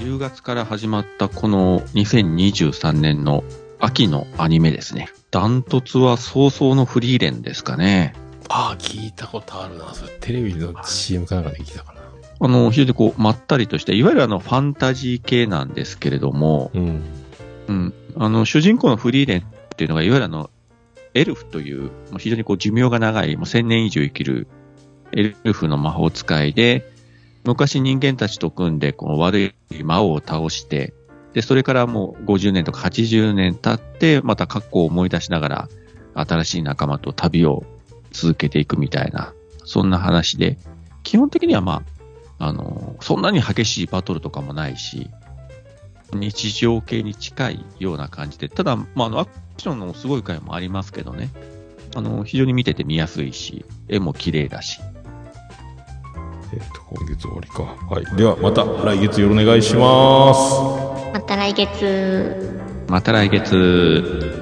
10月から始まったこの2023年の秋のアニメですね。ダントツは早々のフリーレンですかね。 ああ、聞いたことあるな。それテレビの CM かなんかで聞いたかな。 非常にこう、まったりとして、いわゆるファンタジー系なんですけれども、主人公のフリーレンっていうのが、いわゆるエルフという、もう非常にこう寿命が長い、もう1000年以上生きるエルフの魔法使いで、昔人間たちと組んで、この悪い魔王を倒して、で、それからもう50年とか80年経って、また過去を思い出しながら、新しい仲間と旅を続けていくみたいな、そんな話で、基本的にはそんなに激しいバトルとかもないし、日常系に近いような感じで、ただ、アクションのすごい回もありますけどね、非常に見てて見やすいし、絵も綺麗だし。 今月終わりか。はい。では、また来月よろお願いします。 また来月。 また来月。